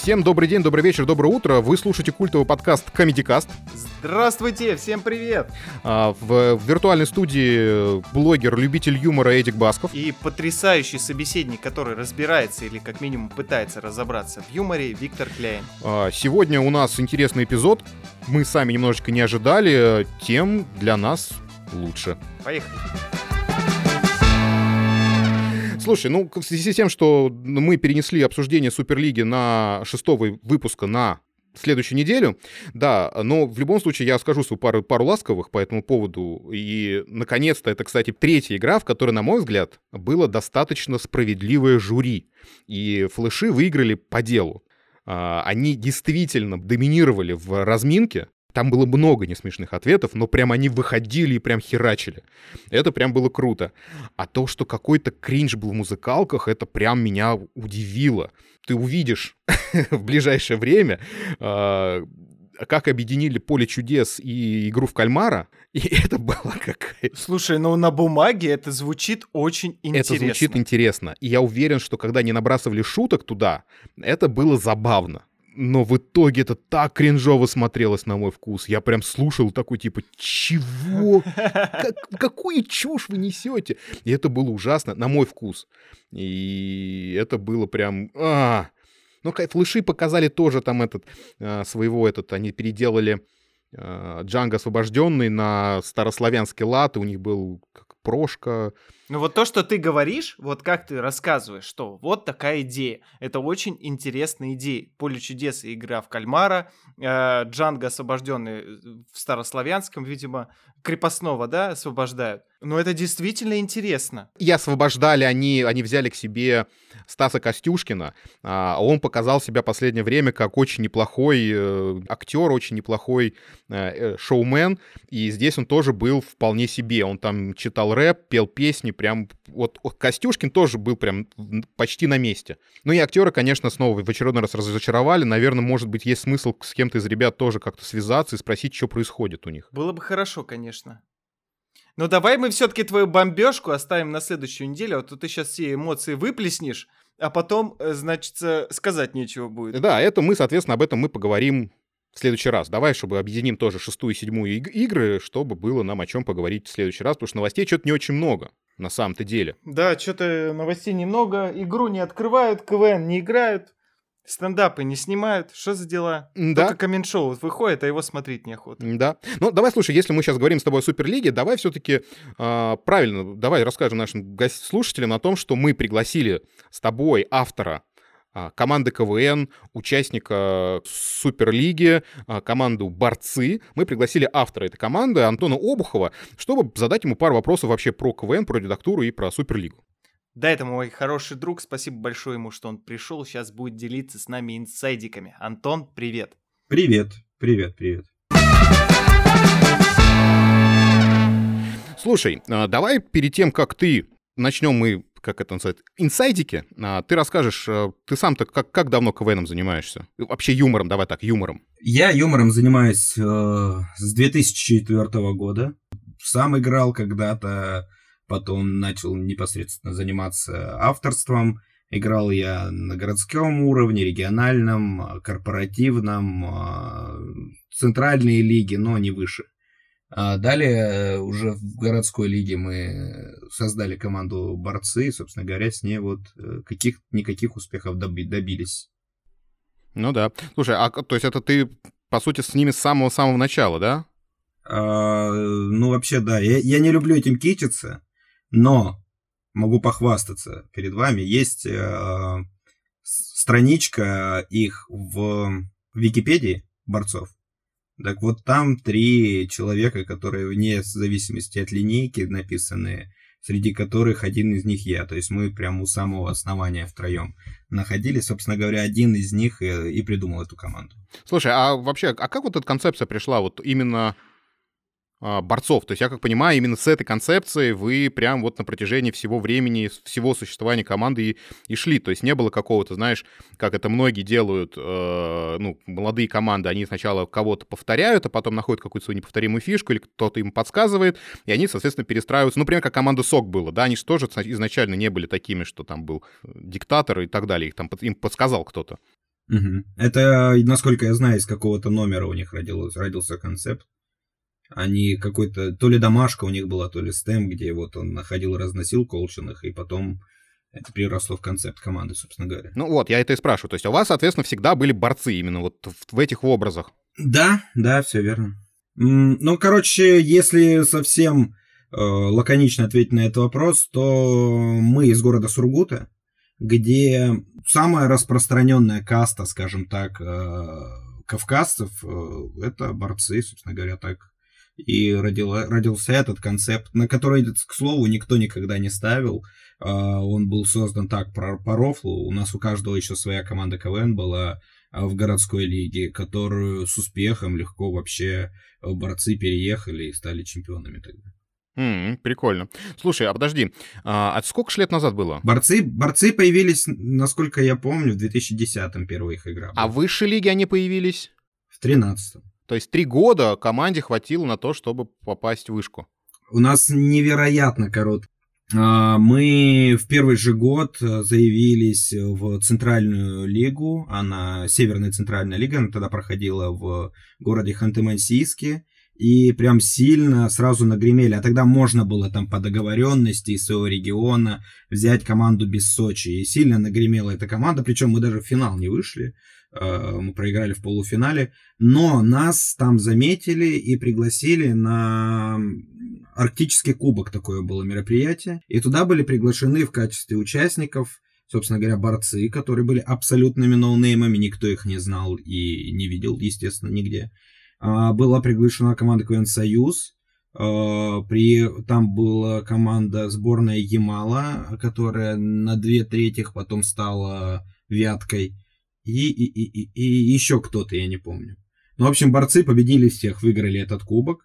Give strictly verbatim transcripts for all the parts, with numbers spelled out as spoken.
Всем добрый день, добрый вечер, доброе утро. Вы слушаете культовый подкаст Comedy Cast. Здравствуйте, всем привет! А, в, в виртуальной студии блогер, любитель юмора Эдик Басков. И потрясающий собеседник, который разбирается или как минимум пытается разобраться в юморе, Виктор Кляйн. А, сегодня у нас интересный эпизод. Мы сами немножечко не ожидали, тем для нас лучше. Поехали! Слушай, ну, в связи с тем, что мы перенесли обсуждение Суперлиги на шестого выпуска на следующую неделю, да, но в любом случае я скажу свою пару, пару ласковых по этому поводу. И, наконец-то, это, кстати, третья игра, в которой, на мой взгляд, было достаточно справедливое жюри. И флеши выиграли по делу. Они действительно доминировали в разминке. Там было много несмешных ответов, но прям они выходили и прям херачили. Это прям было круто. А то, что какой-то кринж был в музыкалках, это прям меня удивило. Ты увидишь в ближайшее время, как объединили «Поле чудес» и «Игру в кальмара», и это было какая-то... Слушай, ну на бумаге это звучит очень интересно. Это звучит интересно. И я уверен, что когда они набрасывали шуток туда, это было забавно. Но в итоге это так кринжово смотрелось на мой вкус. Я прям слушал такой, типа, чего? Как, какую чушь вы несете? И это было ужасно, на мой вкус. И это было прям... А! Ну, флеши показали тоже там этот, своего этот, они переделали Джанго Освобожденный на старославянский лад, и у них был как прошка. Ну вот то, что ты говоришь, вот как ты рассказываешь, что вот такая идея. Это очень интересная идея. «Поле чудес» и «Игра в кальмара», э, Джанго Освобожденный в старославянском, видимо, крепостного, да, освобождают. Но это действительно интересно. И освобождали они, они взяли к себе Стаса Костюшкина, а он показал себя в последнее время как очень неплохой э, актер, очень неплохой э, шоумен, и здесь он тоже был вполне себе. Он там читал рэп, пел песни, прям вот Костюшкин тоже был прям почти на месте. Ну и актеры, конечно, снова в очередной раз разочаровали. Наверное, может быть, есть смысл с кем-то из ребят тоже как-то связаться и спросить, что происходит у них. Было бы хорошо, конечно. Но давай мы все-таки твою бомбежку оставим на следующую неделю, а то ты сейчас все эмоции выплеснешь, а потом, значит, сказать нечего будет. Да, это мы, соответственно, об этом мы поговорим в следующий раз. Давай, чтобы объединим тоже шестую и седьмую иг- игры, чтобы было нам о чем поговорить в следующий раз, потому что новостей что-то не очень много, на самом-то деле. Да, что-то новостей немного, игру не открывают, КВН не играют, стендапы не снимают, что за дела? Да. Только коммент-шоу выходит, а его смотреть неохота. Да. Ну, давай, слушай, если мы сейчас говорим с тобой о Суперлиге, давай все-таки э, правильно, давай расскажем нашим гость- слушателям о том, что мы пригласили с тобой автора э, команды КВН, участника Суперлиги, э, команду «Борцы». Мы пригласили автора этой команды, Антона Обухова, чтобы задать ему пару вопросов вообще про КВН, про редактуру и про Суперлигу. Да, это мой хороший друг, спасибо большое ему, что он пришел, сейчас будет делиться с нами инсайдиками. Антон, привет. Привет, привет, привет. Слушай, давай перед тем, как ты, начнем мы, как это называется, инсайдики, ты расскажешь, ты сам-то как, как давно КВНом занимаешься? Вообще юмором, давай так, юмором. Я юмором занимаюсь э, с две тысячи четвёртого года. Сам играл когда-то. Потом начал непосредственно заниматься авторством. Играл я на городском уровне, региональном, корпоративном, центральные лиги, но не выше. Далее уже в городской лиге мы создали команду «Борцы», и, собственно говоря, с ней вот каких-никаких успехов добились. Ну да. Слушай, а то есть это ты, по сути, с ними с самого-самого начала, да? А, ну, вообще, да. Я, я не люблю этим кичиться. Но могу похвастаться перед вами. Есть э, страничка их в Википедии борцов. Так вот там три человека, которые вне зависимости от линейки написаны, среди которых один из них я. То есть мы прямо у самого основания втроем находились. Собственно говоря, один из них и, и придумал эту команду. Слушай, а вообще, а как вот эта концепция пришла вот именно борцов? То есть я как понимаю, именно с этой концепцией вы прям вот на протяжении всего времени, всего существования команды и, и шли. То есть не было какого-то, знаешь, как это многие делают, э, ну, молодые команды, они сначала кого-то повторяют, а потом находят какую-то свою неповторимую фишку, или кто-то им подсказывает, и они, соответственно, перестраиваются. Ну, например, как команда СОК была, да, они же тоже изначально не были такими, что там был диктатор и так далее, их там им подсказал кто-то. Угу. Это, насколько я знаю, из какого-то номера у них родился, родился концепт. Они какой-то, то ли домашка у них была, то ли стем, где вот он находил и разносил Колчиных, и потом это переросло в концепт команды, собственно говоря. Ну вот, я это и спрашиваю. То есть у вас, соответственно, всегда были борцы именно вот в, в этих образах? Да, да, все верно. Ну, короче, если совсем э, лаконично ответить на этот вопрос, то мы из города Сургута, где самая распространенная каста, скажем так, э, кавказцев, э, это борцы, собственно говоря, так. И родила, родился этот концепт, на который, к слову, никто никогда не ставил. Э, он был создан так, по, по рофлу. У нас у каждого еще своя команда КВН была в городской лиге, которую с успехом легко вообще борцы переехали и стали чемпионами тогда. Mm, прикольно. Слушай, а подожди, а сколько ж лет назад было? Борцы, борцы появились, насколько я помню, в две тысячи десятом первая их игра была. А в высшей лиге они появились? В тринадцатом. То есть три года команде хватило на то, чтобы попасть в вышку? У нас невероятно короткий. Мы в первый же год заявились в Центральную лигу, она Северная Центральная лига, она тогда проходила в городе Ханты-Мансийске, и прям сильно сразу нагремели. А тогда можно было там по договоренности из своего региона взять команду без Сочи, и сильно нагремела эта команда, причем мы даже в финал не вышли, мы проиграли в полуфинале, но нас там заметили и пригласили на Арктический кубок, такое было мероприятие, и туда были приглашены в качестве участников, собственно говоря, борцы, которые были абсолютными ноунеймами, никто их не знал и не видел, естественно, нигде. Была приглашена команда КВН «Союз», при... там была команда сборная Ямала, которая на две трети потом стала Вяткой, и, и, и, и, и еще кто-то, я не помню. Ну, в общем, борцы победили всех, выиграли этот кубок.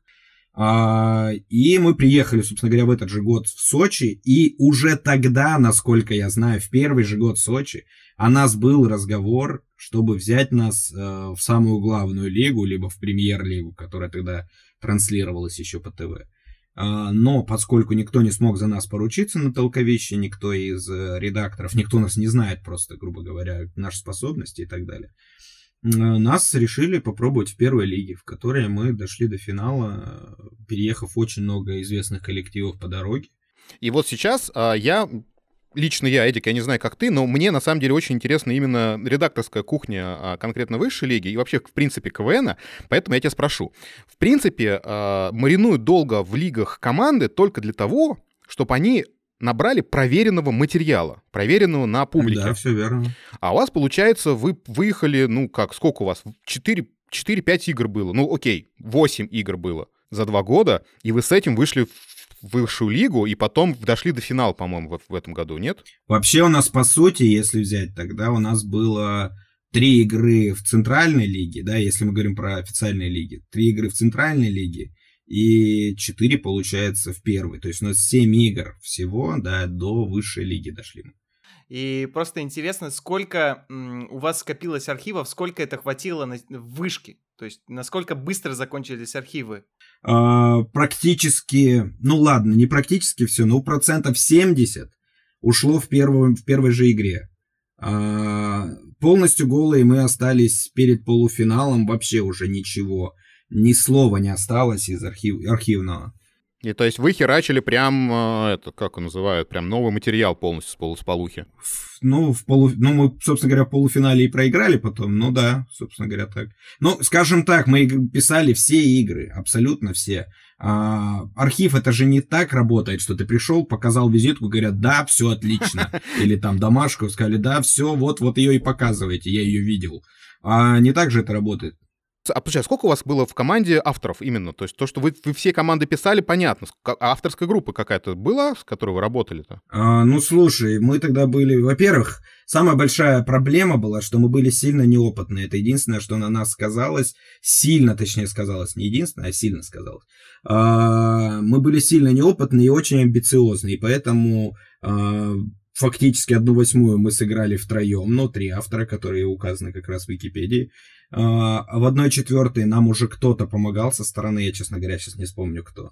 А, и мы приехали, собственно говоря, в этот же год в Сочи, и уже тогда, насколько я знаю, в первый же год в Сочи о нас был разговор, чтобы взять нас э, в самую главную лигу, либо в премьер-лигу, которая тогда транслировалась еще по ТВ. А, но поскольку никто не смог за нас поручиться на толковище, никто из э, редакторов, никто нас не знает просто, грубо говоря, наши способности и так далее, нас решили попробовать в первой лиге, в которой мы дошли до финала, переехав очень много известных коллективов по дороге. И вот сейчас а, я, лично я, Эдик, я не знаю, как ты, но мне на самом деле очень интересна именно редакторская кухня а, конкретно высшей лиги и вообще, в принципе, КВНа, поэтому я тебя спрошу. В принципе, а, маринуют долго в лигах команды только для того, чтобы они набрали проверенного материала, проверенного на публике. Да, все верно. А у вас, получается, вы выехали, ну как, сколько у вас? четыре-пять игр было. Ну окей, восемь игр было за два года, и вы с этим вышли в высшую лигу, и потом дошли до финала, по-моему, в, в этом году, нет? Вообще у нас, по сути, если взять, тогда у нас было три игры в Центральной лиге, да, если мы говорим про официальные лиги, три игры в Центральной лиге, и четыре, получается, в первой. То есть у нас семь игр всего, да, до высшей лиги дошли. И просто интересно, сколько м, у вас скопилось архивов, сколько это хватило на вышке? То есть насколько быстро закончились архивы? А, практически, ну ладно, не практически все, но процентов семьдесят ушло в, первом, в первой же игре. А, полностью голые мы остались перед полуфиналом, вообще уже ничего. Ни слова не осталось из архив, архивного. И то есть вы херачили прям, это, как он называют, прям новый материал полностью с, полу, с полухи? Ну, в полу, ну, мы, собственно говоря, в полуфинале и проиграли потом, ну да, собственно говоря, так. Ну, скажем так, мы писали все игры, абсолютно все. А, архив, это же не так работает, что ты пришел, показал визитку, говорят, да, все отлично. Или там домашку, сказали, да, все, вот, вот ее и показывайте, я ее видел. А не так же это работает. А подожди, а сколько у вас было в команде авторов именно? То есть то, что вы, вы все команды писали, понятно. А авторская группа какая-то была, с которой вы работали-то? А, ну, слушай, мы тогда были... Во-первых, самая большая проблема была, что мы были сильно неопытные. Это единственное, что на нас сказалось. Сильно, точнее, сказалось. Не единственное, а сильно сказалось. А, мы были сильно неопытные и очень амбициозные. И поэтому... А, фактически одну восьмую мы сыграли втроем, но три автора, которые указаны как раз в Википедии. А в одной четвертой нам уже кто-то помогал со стороны, я, честно говоря, сейчас не вспомню кто.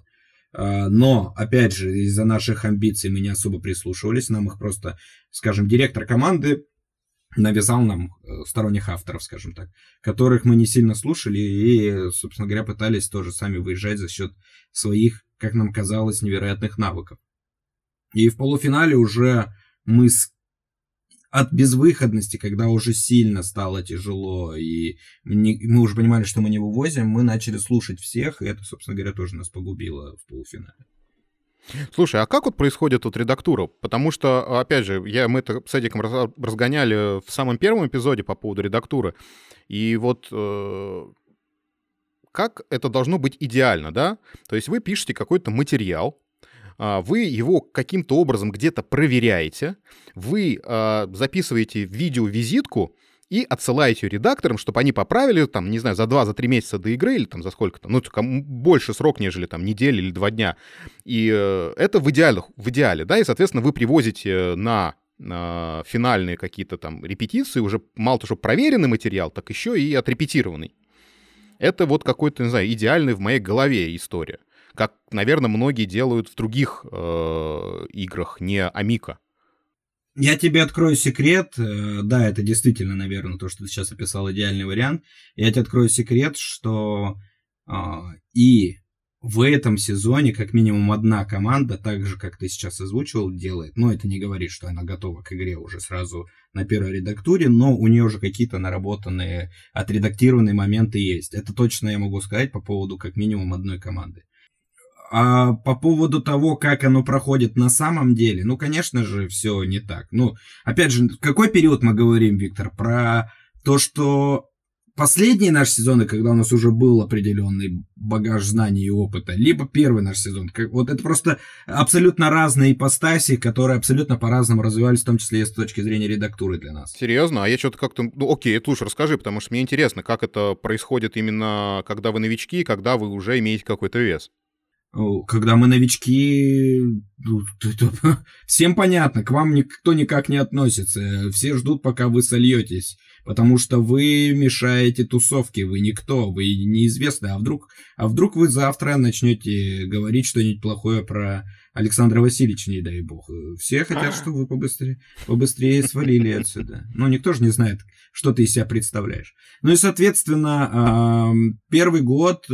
Но, опять же, из-за наших амбиций мы не особо прислушивались, нам их просто, скажем, директор команды навязал нам сторонних авторов, скажем так, которых мы не сильно слушали и, собственно говоря, пытались тоже сами выезжать за счет своих, как нам казалось, невероятных навыков. И в полуфинале уже мы с... от безвыходности, когда уже сильно стало тяжело, и мы, мы уже понимали, что мы не вывозим, мы начали слушать всех, и это, собственно говоря, тоже нас погубило в полуфинале. Слушай, а как вот происходит тут редактура? Потому что, опять же, я, мы это с Эдиком разгоняли в самом первом эпизоде по поводу редактуры. И вот э, как это должно быть идеально, да? То есть вы пишете какой-то материал, вы его каким-то образом где-то проверяете, вы э, записываете видео-визитку и отсылаете ее редакторам, чтобы они поправили, там, не знаю, за два-три месяца до игры или там за сколько-то, ну, больше срок, нежели там неделя или два дня. И э, это в идеале, в идеале, да, и, соответственно, вы привозите на, на финальные какие-то там репетиции уже мало того, что проверенный материал, так еще и отрепетированный. Это вот какой-то, не знаю, идеальный в моей голове история. Как, наверное, многие делают в других э, играх, не Амика. Я тебе открою секрет. Да, это действительно, наверное, то, что ты сейчас описал, идеальный вариант. Я тебе открою секрет, что э, и в этом сезоне как минимум одна команда, так же, как ты сейчас озвучивал, делает. Но это не говорит, что она готова к игре уже сразу на первой редактуре, но у нее уже какие-то наработанные, отредактированные моменты есть. Это точно я могу сказать по поводу как минимум одной команды. А по поводу того, как оно проходит на самом деле, ну, конечно же, все не так. Ну, опять же, какой период мы говорим, Виктор? Про то, что последние наши сезоны, когда у нас уже был определенный багаж знаний и опыта, либо первый наш сезон. Вот это просто абсолютно разные ипостаси, которые абсолютно по-разному развивались, в том числе и с точки зрения редактуры для нас. Серьезно? А я что-то как-то... Ну, окей, это лучше расскажи, потому что мне интересно, как это происходит именно, когда вы новички, когда вы уже имеете какой-то вес. Когда мы новички, всем понятно, к вам никто никак не относится. Все ждут, пока вы сольетесь, потому что вы мешаете тусовке, вы никто, вы неизвестны. А вдруг, а вдруг вы завтра начнете говорить что-нибудь плохое про Александра Васильевича, не дай бог. Все хотят, чтобы вы побыстрее, побыстрее свалили отсюда. Но никто же не знает, что ты из себя представляешь. Ну и, соответственно, первый год...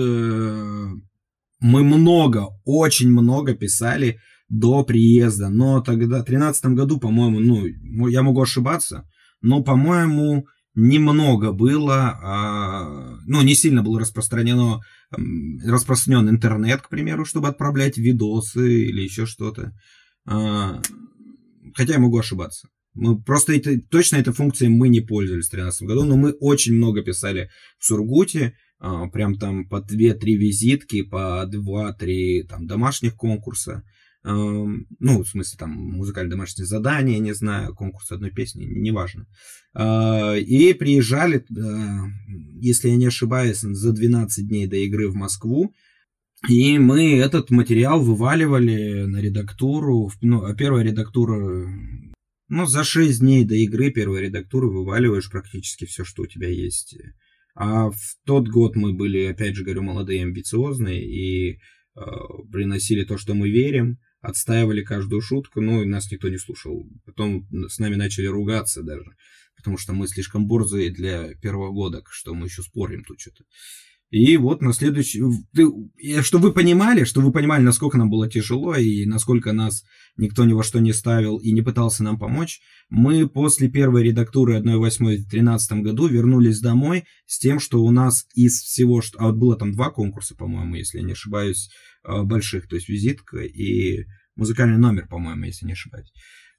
Мы много, очень много писали до приезда, но тогда, в две тысячи тринадцатом году, по-моему, ну, я могу ошибаться, но, по-моему, немного было, а, ну, не сильно было распространено, распространен интернет, к примеру, чтобы отправлять видосы или еще что-то. А, хотя я могу ошибаться. Мы просто это, точно этой функцией мы не пользовались в две тысячи тринадцатом году, но мы очень много писали в Сургуте, прям там по две-три визитки, по два-три там домашних конкурса. Ну, в смысле, там музыкальные домашние задания, не знаю, конкурс одной песни, неважно. И приезжали, если я не ошибаюсь, за двенадцать дней до игры в Москву. И мы этот материал вываливали на редактуру. Ну, первая редактура... Ну, за шесть дней до игры первой редактуры вываливаешь практически все, что у тебя есть. А в тот год мы были, опять же говорю, молодые, амбициозные и э, приносили то, что мы верим, отстаивали каждую шутку, но нас никто не слушал. Потом с нами начали ругаться даже, потому что мы слишком борзые для первогодок, что мы еще спорим тут что-то. И вот на следующий... Чтобы вы понимали, чтобы вы понимали, насколько нам было тяжело и насколько нас никто ни во что не ставил и не пытался нам помочь, мы после первой редактуры одна восьмая в две тысячи тринадцатом году вернулись домой с тем, что у нас из всего... А вот было там два конкурса, по-моему, если я не ошибаюсь, больших, то есть визитка и музыкальный номер, по-моему, если не ошибаюсь.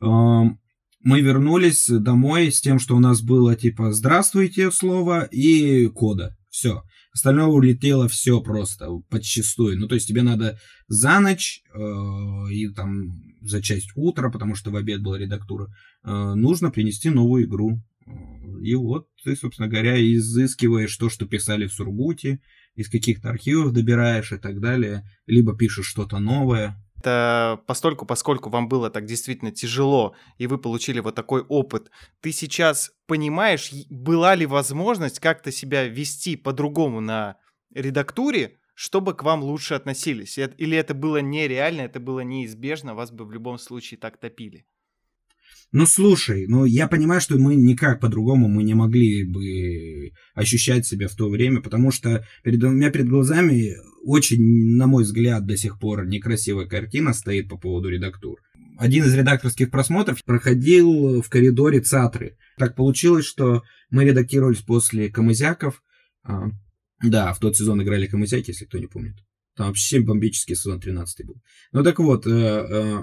Мы вернулись домой с тем, что у нас было типа «здравствуйте» слово и кода. Все. Остальное улетело все просто, подчистую. Ну, то есть тебе надо за ночь э, и там за часть утра, потому что в обед была редактура, э, нужно принести новую игру. И вот ты, собственно говоря, изыскиваешь то, что писали в Сургуте, из каких-то архивов добираешь и так далее, либо пишешь что-то новое. Это постольку, поскольку вам было так действительно тяжело, и вы получили вот такой опыт, ты сейчас понимаешь, была ли возможность как-то себя вести по-другому на редактуре, чтобы к вам лучше относились? Или это было нереально, это было неизбежно, вас бы в любом случае так топили? Ну, слушай, ну, я понимаю, что мы никак по-другому мы не могли бы ощущать себя в то время, потому что перед, у меня перед глазами очень, на мой взгляд, до сих пор некрасивая картина стоит по поводу редактур. Один из редакторских просмотров проходил в коридоре Цатры. Так получилось, что мы редактировались после Камызяков. А, да, в тот сезон играли Камызяки, если кто не помнит. Там вообще бомбический сезон тринадцатый был. Ну так вот, э, э,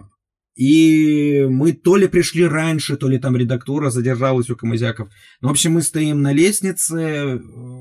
и мы то ли пришли раньше, то ли там редактура задержалась у Камызяков. Ну, в общем, мы стоим на лестнице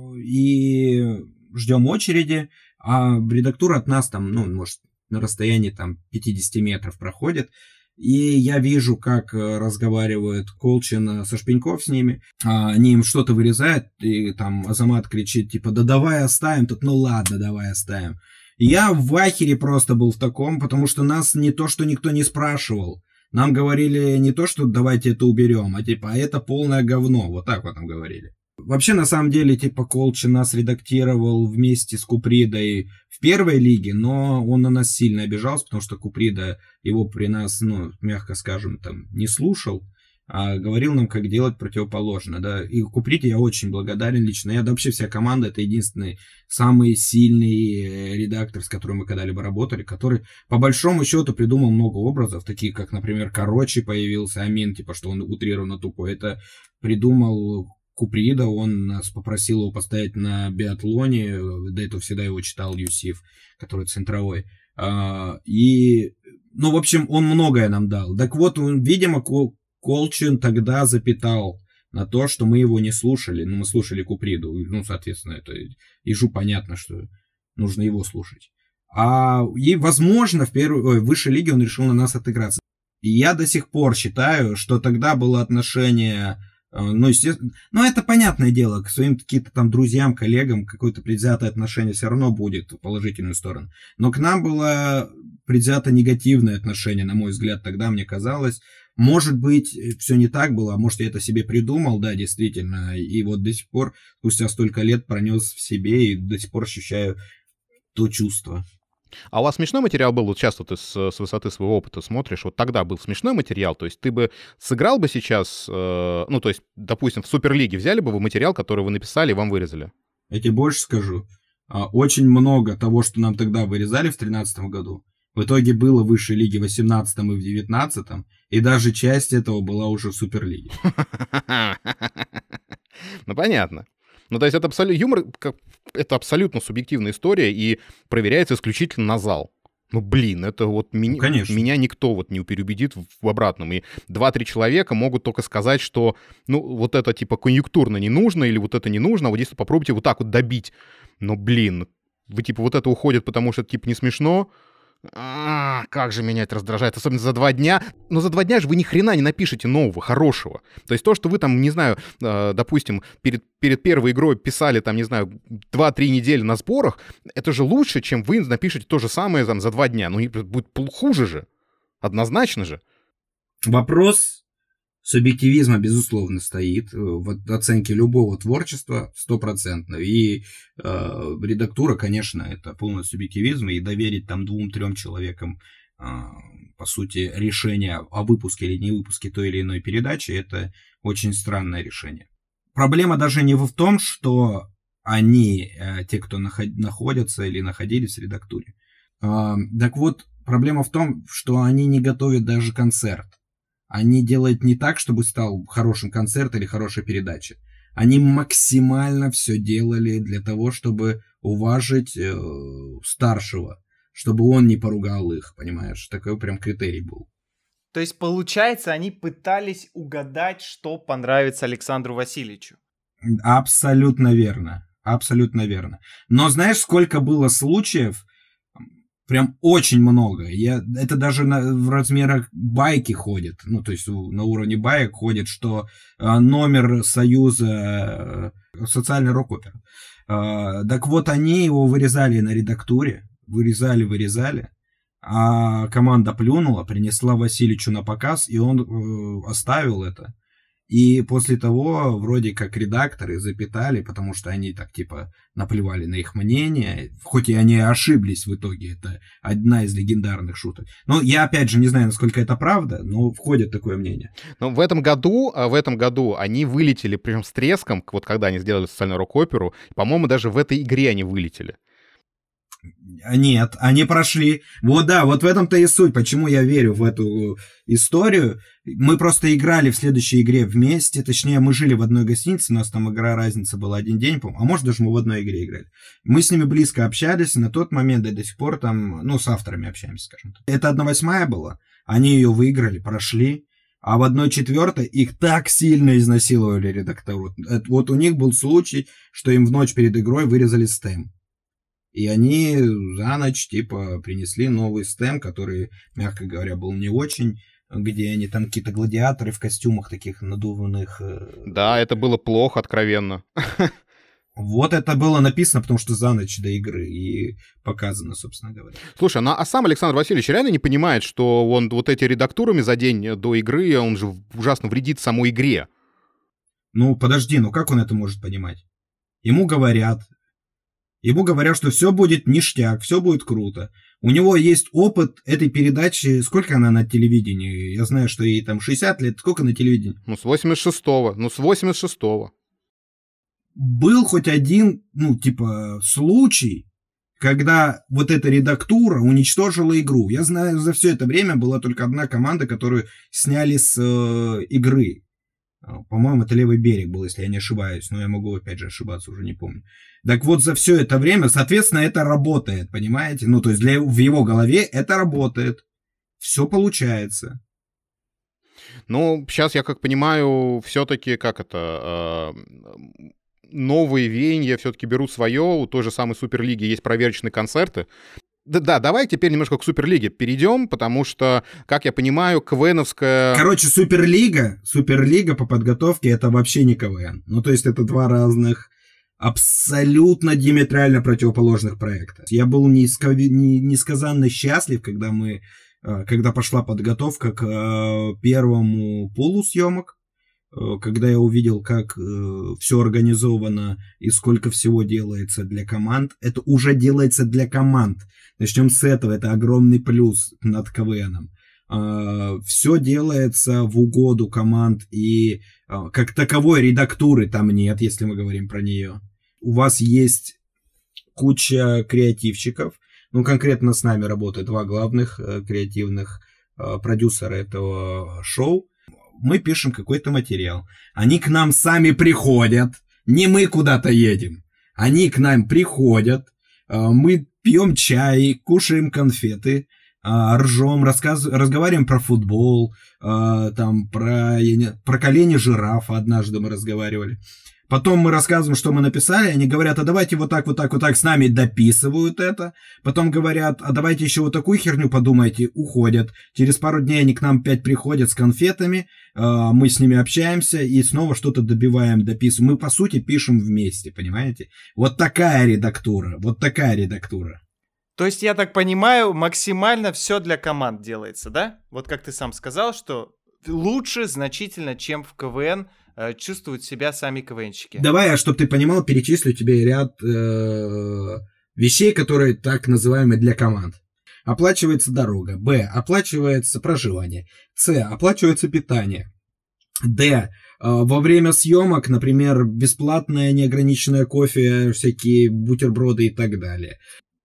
и ждем очереди, а редактура от нас там, ну, может, на расстоянии там пятьдесят метров проходит. И я вижу, как разговаривает Колчин со Шпеньков с ними. Они им что-то вырезают, и там Азамат кричит, типа, да давай оставим. Тут, ну ладно, давай оставим. Я в ахере просто был в таком, потому что нас не то, что никто не спрашивал. Нам говорили не то, что давайте это уберем, а типа, а это полное говно. Вот так вот нам говорили. Вообще, на самом деле, типа, Колчин нас редактировал вместе с Купридой в первой лиге, но он на нас сильно обижался, потому что Куприда его при нас, ну, мягко скажем, там, не слушал, а говорил нам, как делать противоположно, да, и Куприде я очень благодарен лично, я, да, вообще вся команда, это единственный самый сильный редактор, с которым мы когда-либо работали, который, по большому счету, придумал много образов, такие, как, например, Короче появился, Амин, типа, что он утрированно тупой, это придумал Куприда, он нас попросил его поставить на биатлоне, до этого всегда его читал Юсиф, который центровой, и, ну, в общем, он многое нам дал, так вот, видимо, Колчин тогда запитал на то, что мы его не слушали. Ну, мы слушали Куприду. Ну, соответственно, это ежу понятно, что нужно его слушать. А и, возможно, в первой, ой, в высшей лиге он решил на нас отыграться. И я до сих пор считаю, что тогда было отношение... Ну, естественно, ну, это понятное дело, к своим каким-то там друзьям, коллегам какое-то предвзятое отношение все равно будет в положительную сторону. Но к нам было предвзято негативное отношение, на мой взгляд, тогда мне казалось. Может быть, все не так было, а может, я это себе придумал, да, действительно. И вот до сих пор, спустя столько лет, пронес в себе и до сих пор ощущаю то чувство. А у вас смешной материал был? Вот сейчас вот ты с, с высоты своего опыта смотришь, вот тогда был смешной материал, то есть ты бы сыграл бы сейчас, э, ну, то есть, допустим, в Суперлиге взяли бы вы материал, который вы написали и вам вырезали? Я тебе больше скажу. Очень много того, что нам тогда вырезали в тринадцатом году, в итоге было в высшей лиге в восемнадцатом и в девятнадцатом, и даже часть этого была уже в Суперлиге. Ну, понятно. Ну, то есть это абсолютно юмор, это абсолютно субъективная история и проверяется исключительно на зал. Ну, блин, это вот ми- ну, меня никто вот не переубедит в, в обратном. И два-три человека могут только сказать, что, ну, вот это типа конъюнктурно не нужно или вот это не нужно, а вот если попробуйте вот так вот добить. Но, блин, вы типа вот это уходит, потому что это типа не смешно. А, как же меня это раздражает, особенно за два дня. Но за два дня же вы ни хрена не напишете нового, хорошего. То есть то, что вы там, не знаю, э, допустим, перед, перед первой игрой писали там, не знаю, два-три недели на сборах, это же лучше, чем вы напишете то же самое там за два дня. Ну, будет хуже же. Однозначно же. Вопрос субъективизма, безусловно, стоит в оценке любого творчества стопроцентно. И э, редактура, конечно, это полный субъективизм. И доверить там двум-трем человекам, э, по сути, решение о выпуске или не выпуске той или иной передачи, это очень странное решение. Проблема даже не в том, что они, э, те, кто наход- находятся или находились в редактуре. Э, так вот, проблема в том, что они не готовят даже концерт. Они делают не так, чтобы стал хорошим концерт или хорошая передача. Они максимально все делали для того, чтобы уважить э, старшего, чтобы он не поругал их, понимаешь? Такой прям критерий был. То есть, получается, они пытались угадать, что понравится Александру Васильевичу. Абсолютно верно. Абсолютно верно. Но знаешь, сколько было случаев? Прям очень много. Я, это даже на, в размерах байки ходит. Ну, то есть на уровне баек ходит, что э, номер Союза э, социальный рок-опер. Э, так вот, они его вырезали на редактуре. Вырезали, вырезали. А команда плюнула, принесла Васильевичу на показ, и он э, оставил это. И после того вроде как редакторы запитали, потому что они так типа наплевали на их мнение, хоть и они ошиблись в итоге, это одна из легендарных шуток. Но я опять же не знаю, насколько это правда, но входит такое мнение. Но в этом году, в этом году они вылетели прям с треском, вот когда они сделали социальную рок-оперу, по-моему, даже в этой игре они вылетели. Нет, они прошли. Вот да, вот в этом-то и суть, почему я верю в эту историю. Мы просто играли в следующей игре вместе, точнее, мы жили в одной гостинице, у нас там игра, разница была один день, по-моему, а может даже мы в одной игре играли. Мы с ними близко общались, на тот момент, да и до сих пор там, ну, с авторами общаемся, скажем так. Это одна восьмая была, они ее выиграли, прошли, а в одной четвертой их так сильно изнасиловали редактору. Вот у них был случай, что им в ночь перед игрой вырезали стем. И они за ночь, типа, принесли новый стем, который, мягко говоря, был не очень, где они там какие-то гладиаторы в костюмах таких надуванных. Да, это было плохо, откровенно. Вот это было написано, потому что за ночь до игры и показано, собственно говоря. Слушай, ну а сам Александр Васильевич реально не понимает, что он вот эти редактурами за день до игры, он же ужасно вредит самой игре? Ну, подожди, ну как он это может понимать? Ему говорят... Ему говорят, что все будет ништяк, все будет круто. У него есть опыт этой передачи. Сколько она на телевидении? Я знаю, что ей там шестьдесят лет. Сколько на телевидении? Ну, с восемьдесят шестого. Ну, с восемьдесят шестого. Был хоть один, ну, типа, случай, когда вот эта редактура уничтожила игру. Я знаю, за все это время была только одна команда, которую сняли с э, игры. По-моему, это «Левый берег» был, если я не ошибаюсь. Но я могу, опять же, ошибаться, уже не помню. Так вот, за все это время, соответственно, это работает, понимаете? Ну, то есть для, в его голове это работает. Все получается. Ну, сейчас я как понимаю, все-таки, как это... Э, новые веяния все-таки берут свое. У той же самой Суперлиги есть проверочные концерты. Да, да, давай теперь немножко к Суперлиге перейдем, потому что, как я понимаю, КВНовская... Короче, Суперлига, Суперлига по подготовке — это вообще не КВН. Ну, то есть это два разных, абсолютно диаметрально противоположных проекта. Я был несказанно счастлив, когда мы, когда пошла подготовка к первому пулу съемок, когда я увидел, как э, все организовано и сколько всего делается для команд. Это уже делается для команд. Начнем с этого. Это огромный плюс над КВНом. Э, все делается в угоду команд, и э, как таковой редактуры там нет, если мы говорим про нее. У вас есть куча креативщиков. Ну, конкретно с нами работают два главных э, креативных э, продюсера этого шоу. Мы пишем какой-то материал. Они к нам сами приходят. Не мы куда-то едем. Они к нам приходят. Мы пьем чай, кушаем конфеты, ржем, рассказ... разговариваем про футбол, там, про... про колени жирафа однажды мы разговаривали. Потом мы рассказываем, что мы написали, они говорят, а давайте вот так, вот так, вот так, с нами дописывают это. Потом говорят, а давайте еще вот такую херню подумайте, уходят. Через пару дней они к нам опять приходят с конфетами, мы с ними общаемся и снова что-то добиваем, дописываем. Мы, по сути, пишем вместе, понимаете? Вот такая редактура, вот такая редактура. То есть, я так понимаю, максимально все для команд делается, да? Вот как ты сам сказал, что лучше значительно, чем в КВН чувствуют себя сами КВНщики. Давай, чтобы ты понимал, перечислю тебе ряд э, вещей, которые так называемые для команд. Оплачивается дорога. Б. Оплачивается проживание. С. Оплачивается питание. Д. Э, во время съемок, например, бесплатное неограниченное кофе, всякие бутерброды и так далее.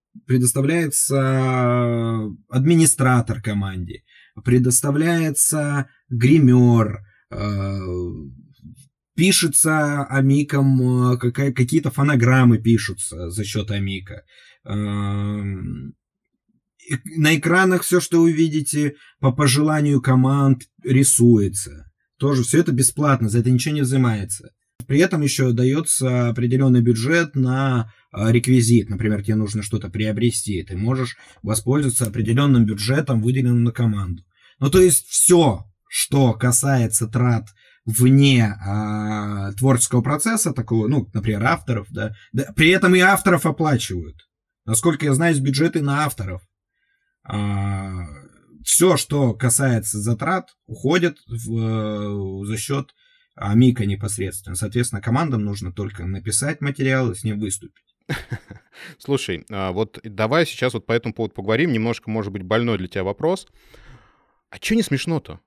Предоставляется администратор команде. Предоставляется гример. Э, Пишется Амиком, какие-то фонограммы пишутся за счет Амика. На экранах все, что вы видите, по пожеланию команд рисуется. Тоже все это бесплатно, за это ничего не взимается. При этом еще дается определенный бюджет на реквизит. Например, тебе нужно что-то приобрести. Ты можешь воспользоваться определенным бюджетом, выделенным на команду. Ну, то есть все, что касается трат вне а, творческого процесса, такого, ну, например, авторов, да, да, при этом и авторов оплачивают. Насколько я знаю, есть бюджеты на авторов. А, все, что касается затрат, уходит в, за счет а Мика непосредственно. Соответственно, командам нужно только написать материал и с ним выступить. Слушай, вот давай сейчас вот по этому поводу поговорим. Немножко, может быть, больной для тебя вопрос. А что не смешно-то?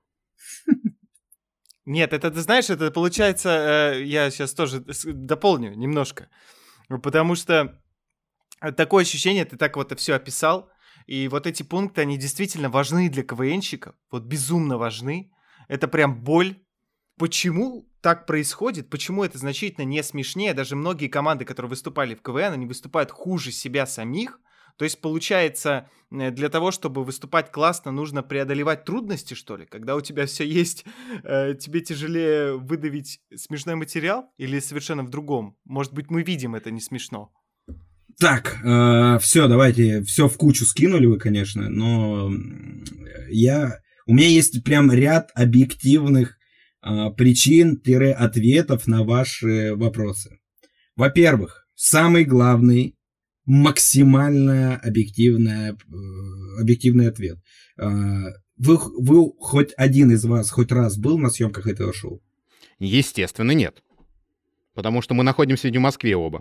Нет, это, ты знаешь, это получается, я сейчас тоже дополню немножко, потому что такое ощущение, ты так вот это все описал, и вот эти пункты, они действительно важны для КВНщиков, вот безумно важны, это прям боль. Почему так происходит? Почему это значительно не смешнее? Даже многие команды, которые выступали в КВН, они выступают хуже себя самих. То есть, получается, для того, чтобы выступать классно, нужно преодолевать трудности, что ли? Когда у тебя все есть, э, тебе тяжелее выдавить смешной материал? Или совершенно в другом? Может быть, мы видим это не смешно? Так, э, все, давайте, все в кучу скинули вы, конечно, но я... У меня есть прям ряд объективных э, причин-ответов на ваши вопросы. Во-первых, самый главный максимально объективная, объективный ответ. Вы, вы, хоть один из вас, хоть раз был на съемках этого шоу? Естественно, нет. Потому что мы находимся не в Москве оба.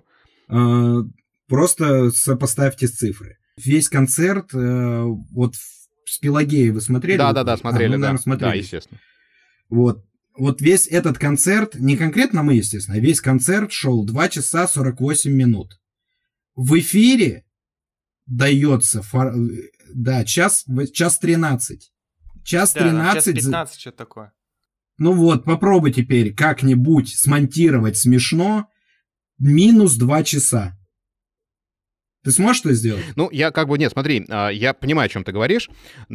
Просто сопоставьте цифры. Весь концерт, вот с Пелагеей вы смотрели? Да-да-да, смотрели, а, ну, наверное, да. Смотрели. Да, естественно. Вот. Вот весь этот концерт, не конкретно мы, естественно, а весь концерт шел два часа сорок восемь минут. В эфире дается, фор... да, час, час тринадцать. Час тринадцать. Да, час пятнадцать, что-то такое. Ну вот, попробуй теперь как-нибудь смонтировать смешно минус два часа. Ты сможешь что сделать? Ну, я как бы, нет, смотри, я понимаю, о чем ты говоришь,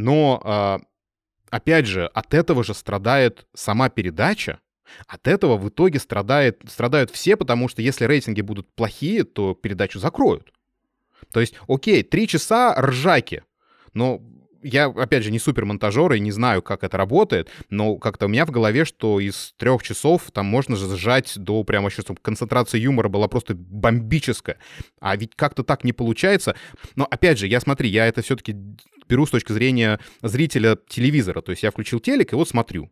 но, опять же, от этого же страдает сама передача. От этого в итоге страдает, страдают все, потому что если рейтинги будут плохие, то передачу закроют. То есть, окей, три часа ржаки, но я, опять же, не супермонтажер и не знаю, как это работает, но как-то у меня в голове, что из трех часов там можно же сжать до прямо сейчас, чтобы концентрация юмора была просто бомбическая. А ведь как-то так не получается. Но, опять же, я смотри, я это все-таки беру с точки зрения зрителя телевизора. То есть я включил телек и вот смотрю.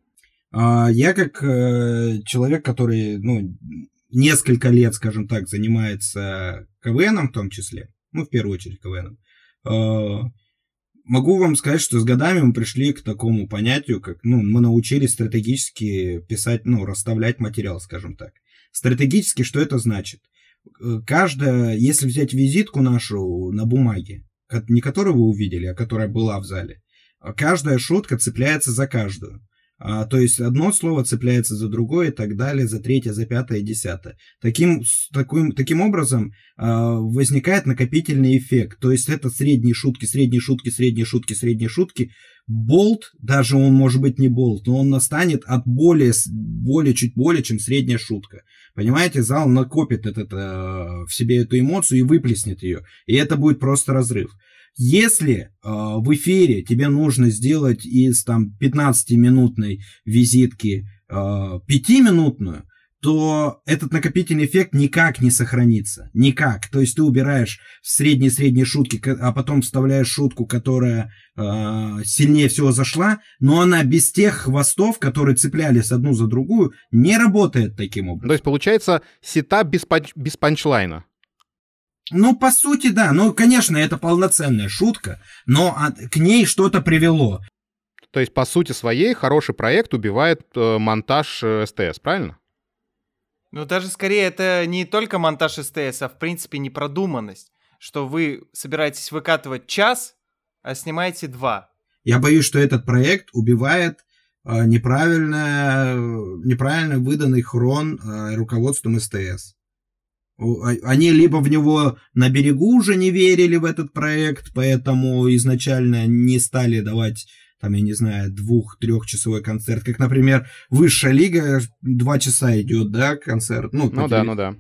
Я как э, человек, который, ну, несколько лет, скажем так, занимается КВНом в том числе, ну, в первую очередь КВНом, э, могу вам сказать, что с годами мы пришли к такому понятию, как, ну, мы научились стратегически писать, ну, расставлять материал, скажем так. Стратегически что это значит? Каждая, если взять визитку нашу на бумаге, не которую вы увидели, а которая была в зале, каждая шутка цепляется за каждую. А, то есть одно слово цепляется за другое и так далее, за третье, за пятое, десятое. Таким, таким, таким образом а, возникает накопительный эффект. То есть это средние шутки, средние шутки, средние шутки, средние шутки. Болт, даже он может быть не болт, но он настанет от более, более чуть более, чем средняя шутка. Понимаете, зал накопит этот, а, в себе эту эмоцию и выплеснет ее. И это будет просто разрыв. Если э, в эфире тебе нужно сделать из там пятнадцатиминутной визитки э, пятиминутную, то этот накопительный эффект никак не сохранится. Никак. То есть ты убираешь средние-средние шутки, а потом вставляешь шутку, которая э, сильнее всего зашла, но она без тех хвостов, которые цеплялись одну за другую, не работает таким образом. То есть получается сетап без, панч- без панчлайна. Ну, по сути, да. Ну, конечно, это полноценная шутка, но от, к ней что-то привело. То есть, по сути своей, хороший проект убивает э, монтаж э, СТС, правильно? Ну, даже скорее это не только монтаж СТС, а в принципе непродуманность. Что вы собираетесь выкатывать час, а снимаете два. Я боюсь, что этот проект убивает э, неправильно, неправильно выданный хрон э, руководством СТС. Они либо в него на берегу уже не верили в этот проект, поэтому изначально не стали давать, там, я не знаю, двух-трехчасовой концерт. Как, например, Высшая лига, два часа идет, да, концерт. Ну, ну да, ну да.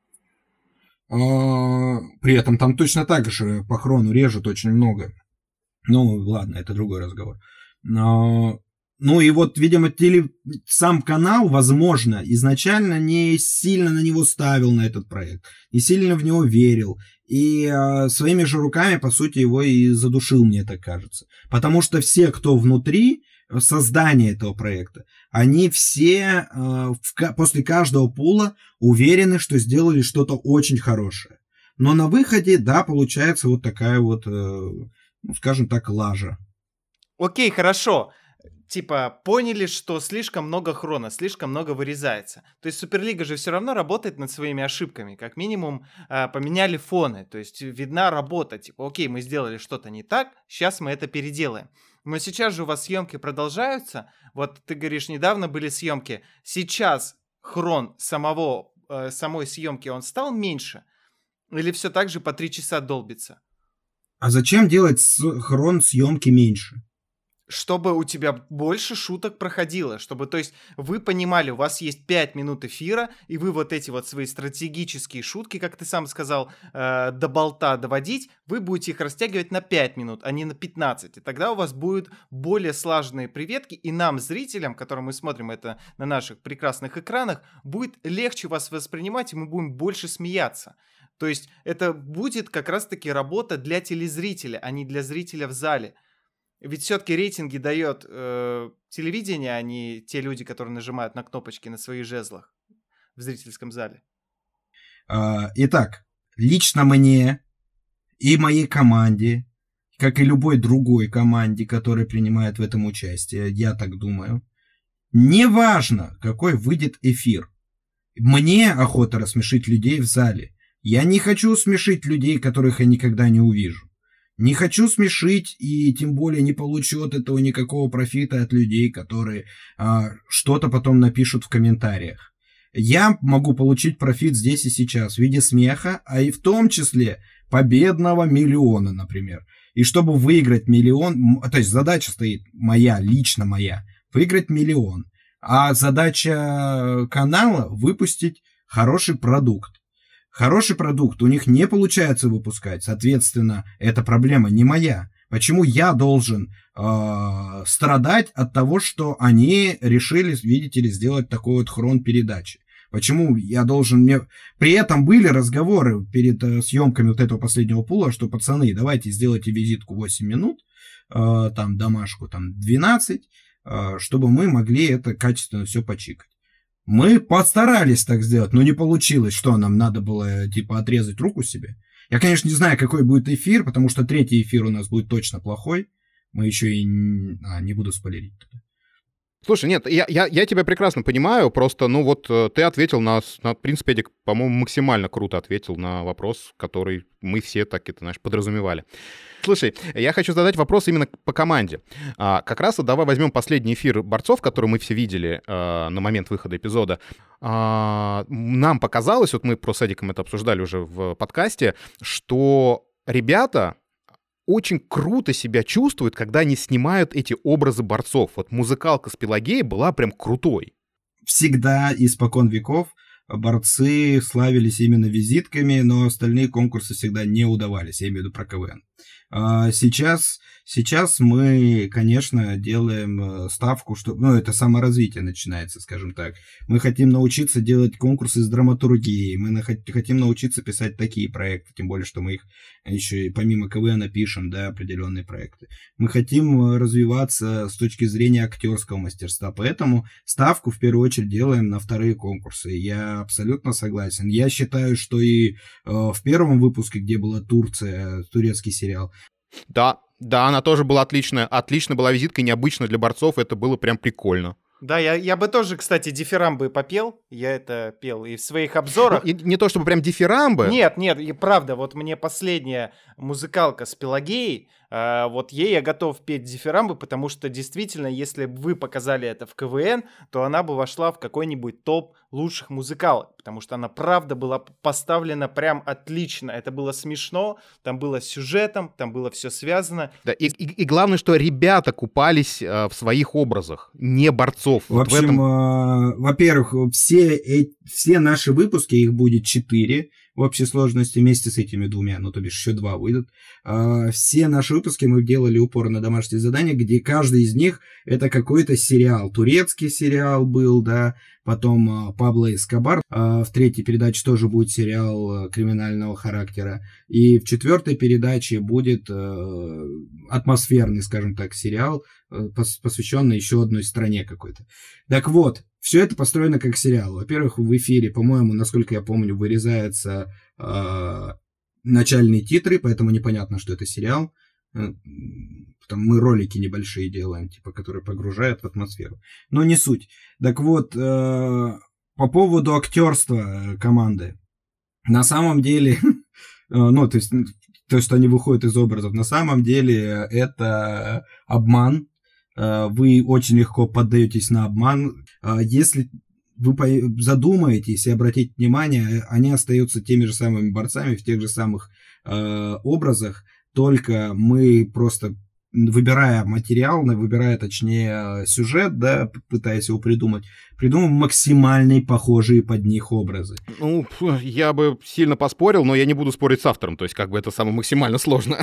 А, при этом там точно так же по хрону режут очень много. Ну, ладно, это другой разговор. Но... Ну и вот, видимо, теле... сам канал, возможно, изначально не сильно на него ставил, на этот проект, не сильно в него верил. И э, своими же руками, по сути, его и задушил, мне так кажется. Потому что все, кто внутри, создания этого проекта. Они все э, в, после каждого пула уверены, что сделали что-то очень хорошее. Но на выходе, да, получается вот такая вот, э, ну, скажем так, лажа. Окей, хорошо. Типа, поняли, что слишком много хрона, слишком много вырезается. То есть Суперлига же все равно работает над своими ошибками. Как минимум, э, поменяли фоны. То есть видна работа. Типа, окей, мы сделали что-то не так, сейчас мы это переделаем. Но сейчас же у вас съемки продолжаются. Вот ты говоришь, недавно были съемки. Сейчас хрон самого, э, самой съемки, он стал меньше? Или все так же по три часа долбится? А зачем делать хрон съемки меньше? Чтобы у тебя больше шуток проходило, чтобы, то есть, вы понимали, у вас есть пять минут эфира, и вы вот эти вот свои стратегические шутки, как ты сам сказал, э, до болта доводить, вы будете их растягивать на пять минут, а не на пятнадцать. И тогда у вас будут более слаженные приветки, и нам, зрителям, которым мы смотрим это на наших прекрасных экранах, будет легче вас воспринимать, и мы будем больше смеяться. То есть, это будет как раз-таки работа для телезрителя, а не для зрителя в зале. Ведь все-таки рейтинги дает э, телевидение, а не те люди, которые нажимают на кнопочки на своих жезлах в зрительском зале. Итак, лично мне и моей команде, как и любой другой команде, которая принимает в этом участие, я так думаю, неважно, какой выйдет эфир. Мне охота рассмешить людей в зале. Я не хочу смешить людей, которых я никогда не увижу. Не хочу смешить и тем более не получу от этого никакого профита от людей, которые а, что-то потом напишут в комментариях. Я могу получить профит здесь и сейчас в виде смеха, а и в том числе победного миллиона, например. И чтобы выиграть миллион, то есть задача стоит моя, лично моя, выиграть миллион. А задача канала выпустить хороший продукт. Хороший продукт у них не получается выпускать, соответственно, эта проблема не моя. Почему я должен э, страдать от того, что они решили, видите ли, сделать такой вот хрон передачи? Почему я должен... Мне... При этом были разговоры перед э, съемками вот этого последнего пула, что, пацаны, давайте сделайте визитку восемь минут, э, там домашку там двенадцать, э, чтобы мы могли это качественно все почикать. Мы постарались так сделать, но не получилось. Что, нам надо было, типа, отрезать руку себе? Я, конечно, не знаю, какой будет эфир, потому что третий эфир у нас будет точно плохой. Мы еще и... А, не буду спойлерить. Слушай, нет, я, я, я тебя прекрасно понимаю, просто, ну вот, ты ответил на, на в принципе, Эдик, по-моему, максимально круто ответил на вопрос, который мы все так это, знаешь, подразумевали. Слушай, я хочу задать вопрос именно по команде. А, как раз давай возьмем последний эфир борцов, который мы все видели а, на момент выхода эпизода. А, нам показалось, вот мы просто с Эдиком это обсуждали уже в подкасте, что ребята очень круто себя чувствуют, когда они снимают эти образы борцов. Вот музыкалка с Пелагеей была прям крутой. Всегда испокон веков борцы славились именно визитками, но остальные конкурсы всегда не удавались, я имею в виду про КВН. Сейчас, сейчас мы, конечно, делаем ставку, что, ну, это саморазвитие начинается, скажем так. Мы хотим научиться делать конкурсы с драматургией, мы хотим научиться писать такие проекты, тем более, что мы их еще и помимо КВН пишем, да, определенные проекты. Мы хотим развиваться с точки зрения актерского мастерства, поэтому ставку в первую очередь делаем на вторые конкурсы. Я абсолютно согласен. Я считаю, что и э, в первом выпуске, где была Турция, турецкий сериал, Да, да, она тоже была отличная. Отлично была визитка, необычно для борцов, это было прям прикольно. Да, я, я бы тоже, кстати, дифирамбы попел, я это пел и в своих обзорах. Ну, и не то чтобы прям дифирамбы. Нет, нет, и правда, вот мне последняя музыкалка с Пелагеей, э, вот ей я готов петь дифирамбы, потому что действительно, если бы вы показали это в КВН, то она бы вошла в какой-нибудь топ лучших музыкалок, потому что она правда была поставлена прям отлично, это было смешно, там было с сюжетом, там было все связано. Да, и, и, и главное, что ребята купались э, в своих образах, не борцов. В вот общем, в этом... э, во-первых, все, э, все наши выпуски, их будет четыре в общей сложности вместе с этими двумя, ну, то бишь еще два выйдут. Э, все наши выпуски мы делали упор на домашние задания, где каждый из них это какой-то сериал. Турецкий сериал был, да, потом э, Пабло Эскобар. Э, в третьей передаче тоже будет сериал э, криминального характера. И в четвертой передаче будет э, атмосферный, скажем так, сериал посвященный еще одной стране какой-то. Так вот, все это построено как сериал. Во-первых, в эфире, по-моему, насколько я помню, вырезаются э, начальные титры, поэтому непонятно, что это сериал. Там мы ролики небольшие делаем, типа, которые погружают в атмосферу. Но не суть. Так вот, э, по поводу актерства команды. На самом деле, ну, то есть, то, что они выходят из образов, на самом деле это обман. Вы очень легко поддаетесь на обман. Если вы задумаетесь и обратите внимание, они остаются теми же самыми борцами в тех же самых образах, только мы просто, выбирая материал, выбирая, точнее, сюжет, да, пытаясь его придумать, придумываем максимально похожие под них образы. Ну, я бы сильно поспорил, но я не буду спорить с автором, то есть как бы это самое максимально сложно.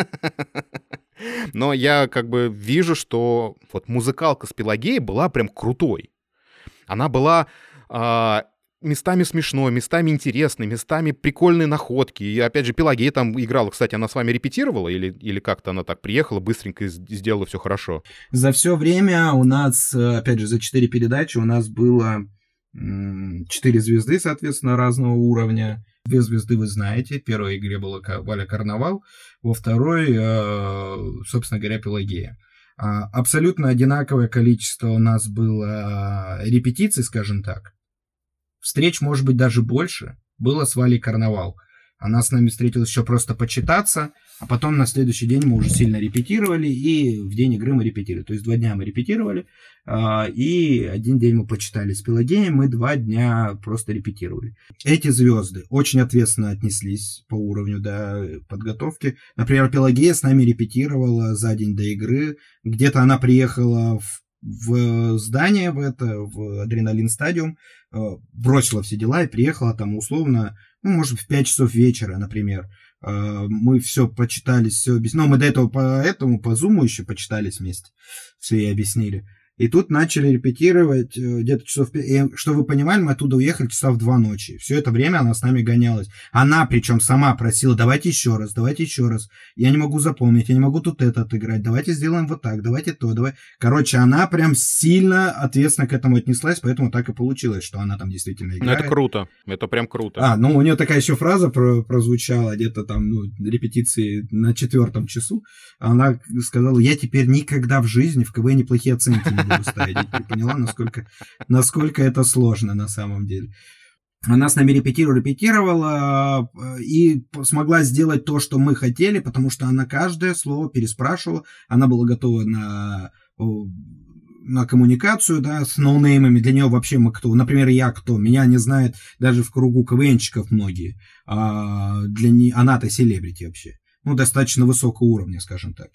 Но я как бы вижу, что вот музыкалка с Пелагеей была прям крутой. Она была... местами смешной, местами интересной, местами прикольные находки. И, опять же, Пелагея там играла. Кстати, она с вами репетировала или, или как-то она так приехала, быстренько и сделала все хорошо? За все время у нас, опять же, за четыре передачи у нас было четыре звезды, соответственно, разного уровня. Две звезды вы знаете. В первой игре была Валя Карнавал, во второй, собственно говоря, Пелагея. Абсолютно одинаковое количество у нас было репетиций, скажем так. Встреч, может быть, даже больше, было с Валей Карнавал. Она с нами встретилась еще просто почитаться, а потом на следующий день мы уже сильно репетировали, и в день игры мы репетировали. То есть два дня мы репетировали, и один день мы почитали с Пелагеей, мы два дня просто репетировали. Эти звезды очень ответственно отнеслись по уровню, да, подготовки. Например, Пелагея с нами репетировала за день до игры. Где-то она приехала в в здание, в это, в Адреналин Стадиум, бросила все дела и приехала там условно, ну, может, в пять часов вечера, например. Мы все почитались, все объяснили. Но мы до этого по этому, по зуму еще почитались вместе, все ей объяснили. И тут начали репетировать где-то часов пять. И, что вы понимали, мы оттуда уехали часа в два ночи. Все это время она с нами гонялась. Она, причем, сама просила, давайте еще раз, давайте еще раз. Я не могу запомнить, я не могу тут это отыграть. Давайте сделаем вот так, давайте то, давай. Короче, она прям сильно ответственно к этому отнеслась, поэтому так и получилось, что она там действительно играет. Ну, это круто, это прям круто. А, ну, у нее такая еще фраза про- прозвучала где-то там, ну, репетиции на четвертом часу. Она сказала, я теперь никогда в жизни в КВН неплохие оценки не буду ставить. Ты поняла, насколько, насколько это сложно на самом деле. Она с нами репетировала, репетировала и смогла сделать то, что мы хотели, потому что она каждое слово переспрашивала. Она была готова на, на коммуникацию, да, с ноунеймами. Для нее вообще мы кто? Например, я кто? Меня не знают даже в кругу КВНщиков многие. А для не... Она-то селебрити вообще. Ну, достаточно высокого уровня, скажем так.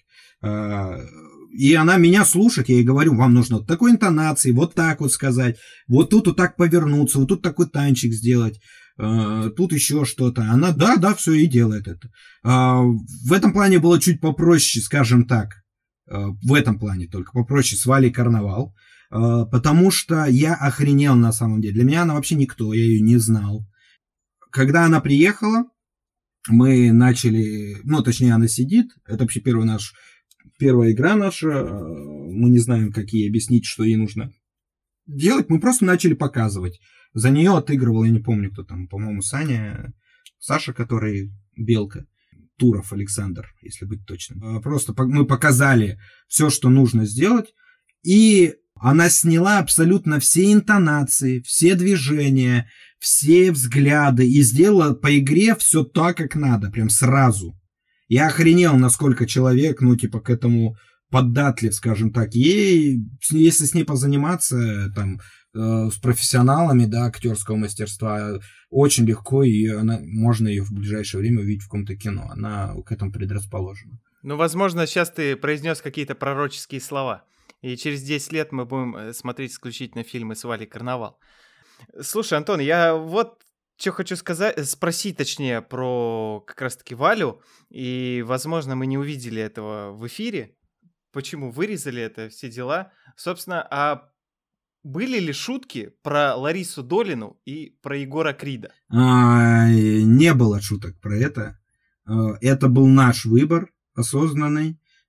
И она меня слушает, я ей говорю, вам нужно вот такой интонации, вот так вот сказать, вот тут вот так повернуться, вот тут такой танчик сделать, э, тут еще что-то. Она, да, да, все, и делает это. Э, в этом плане было чуть попроще, скажем так, э, в этом плане только попроще с Валей Карнавал, э, потому что я охренел на самом деле. Для меня она вообще никто, я ее не знал. Когда она приехала, мы начали, ну, точнее, она сидит, это вообще первый наш... Первая игра наша, мы не знаем, как ей объяснить, что ей нужно делать, мы просто начали показывать. За нее отыгрывал, я не помню, кто там, по-моему, Саня, Саша, который Белка, Туров Александр, если быть точным. Просто мы показали все, что нужно сделать, и она сняла абсолютно все интонации, все движения, все взгляды, и сделала по игре все так, как надо, прям сразу. Я охренел, насколько человек, ну, типа, к этому податлив, скажем так. Ей, если с ней позаниматься, там, э, с профессионалами, да, актерского мастерства, очень легко, и она, можно ее в ближайшее время увидеть в каком-то кино. Она к этому предрасположена. Ну, возможно, сейчас ты произнес какие-то пророческие слова, и через десять лет мы будем смотреть исключительно фильмы с Валей Карнавал. Слушай, Антон, я вот... Что хочу сказать, спросить, точнее, про как раз-таки Валю, и, возможно, мы не увидели этого в эфире, почему вырезали это, все дела. Собственно, а были ли шутки про Ларису Долину и про Егора Крида? А, не было шуток про это. Это был наш выбор осознанный.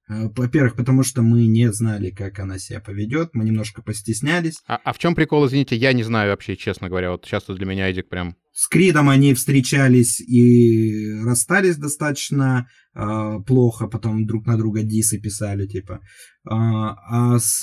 Во-первых, потому что мы не знали, как она себя поведет, мы немножко постеснялись. А, а в чем прикол, извините, я не знаю вообще, честно говоря. Вот сейчас для меня Эдик прям... С Кридом они встречались и расстались достаточно э, плохо, потом друг на друга дисы писали, типа. А, а с,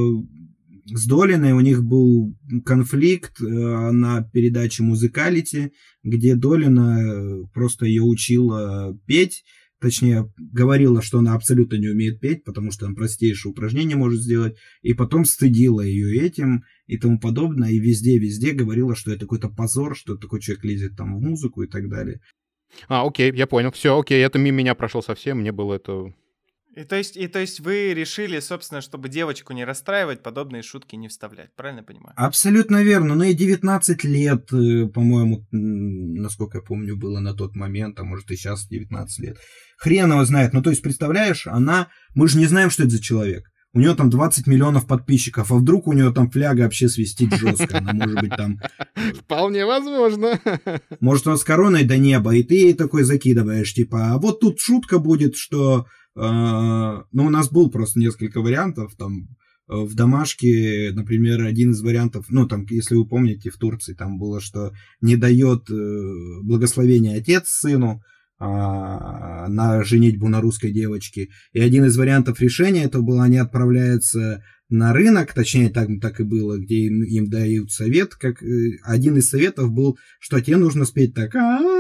с Долиной у них был конфликт э, на передаче «Музыкалити», где Долина просто ее учила петь. Точнее, говорила, что она абсолютно не умеет петь, потому что она простейшие упражнения может сделать, и потом стыдила ее этим и тому подобное, и везде-везде говорила, что это какой-то позор, что такой человек лезет там в музыку и так далее. А, окей, я понял. Все, окей, это мимо меня прошел совсем, мне было это... И то есть, и то есть вы решили, собственно, чтобы девочку не расстраивать, подобные шутки не вставлять, правильно я понимаю? Абсолютно верно. Ну и девятнадцать лет, по-моему, насколько я помню, было на тот момент, а может и сейчас девятнадцать лет. Хрен его знает. Ну то есть, представляешь, она... Мы же не знаем, что это за человек. У нее там двадцать миллионов подписчиков, а вдруг у нее там фляга вообще свистит жестко. Она может быть там... Вполне возможно. Может, она с короной до неба, и ты ей такой закидываешь, типа, а вот тут шутка будет, что... Uh, ну, у нас был просто несколько вариантов, там, в домашке, например, один из вариантов, ну, там, если вы помните, в Турции там было, что не дает uh, благословения отец сыну uh, на женитьбу на русской девочке, и один из вариантов решения это было, они отправляются на рынок, точнее, так, так и было, где им, им дают совет, как один из советов был, что тебе нужно спеть так,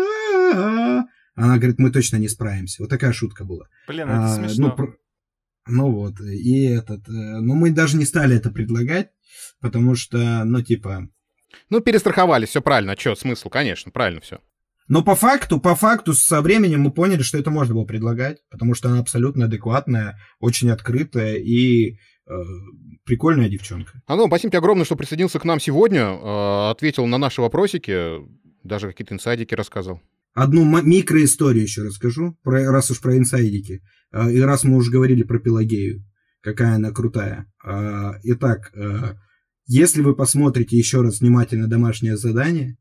она говорит, мы точно не справимся. Вот такая шутка была. Блин, это а, смешно. Ну, про... ну вот, и этот... Ну, мы даже не стали это предлагать, потому что, ну, типа... Ну, перестраховались, все правильно. А что, смысл? Конечно, правильно все. Но по факту, по факту, со временем мы поняли, что это можно было предлагать, потому что она абсолютно адекватная, очень открытая и э, прикольная девчонка. А ну, спасибо тебе огромное, что присоединился к нам сегодня, э, ответил на наши вопросики, даже какие-то инсайдики рассказал. Одну микроисторию еще расскажу, про, раз уж про инсайдики. И раз мы уже говорили про Пелагею, какая она крутая. Итак, если вы посмотрите еще раз внимательно домашнее задание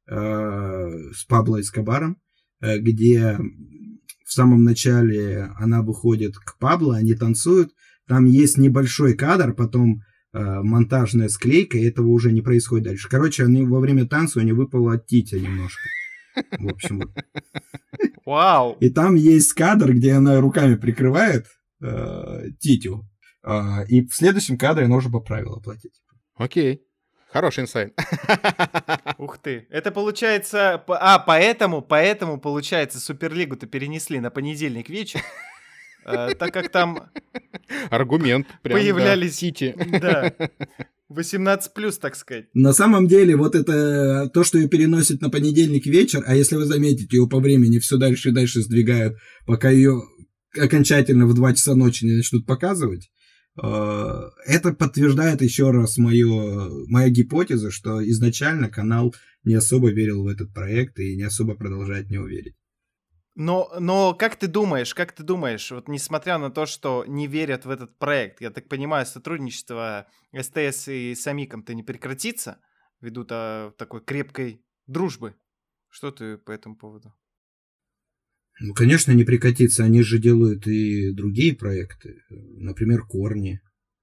с Пабло Эскобаром, где в самом начале она выходит к Пабло, они танцуют, там есть небольшой кадр, потом монтажная склейка, и этого уже не происходит дальше. Короче, они во время танца у нее выпало от титя немножко. В общем, вот. Вау! И там есть кадр, где она руками прикрывает э, титю. Э, и в следующем кадре она уже поправила платье. Окей. Хороший инсайт. Ух ты. Это получается... А, поэтому, поэтому, получается, Суперлигу-то перенесли на понедельник вечер. Так как там... Аргумент. Появлялись... Тити. Да. восемнадцать плюс, так сказать. На самом деле, вот это то, что ее переносят на понедельник вечер, а если вы заметите, ее по времени все дальше и дальше сдвигают, пока ее окончательно в два часа ночи не начнут показывать, это подтверждает еще раз мою, мою гипотезу, что изначально канал не особо верил в этот проект и не особо продолжает в него верить. Но, но как ты думаешь, как ты думаешь, вот несмотря на то, что не верят в этот проект, я так понимаю, сотрудничество СТС и с Амиком-то не прекратится ввиду такой крепкой дружбы? Что ты по этому поводу? Ну, конечно, не прекратится. Они же делают и другие проекты. Например, «Корни».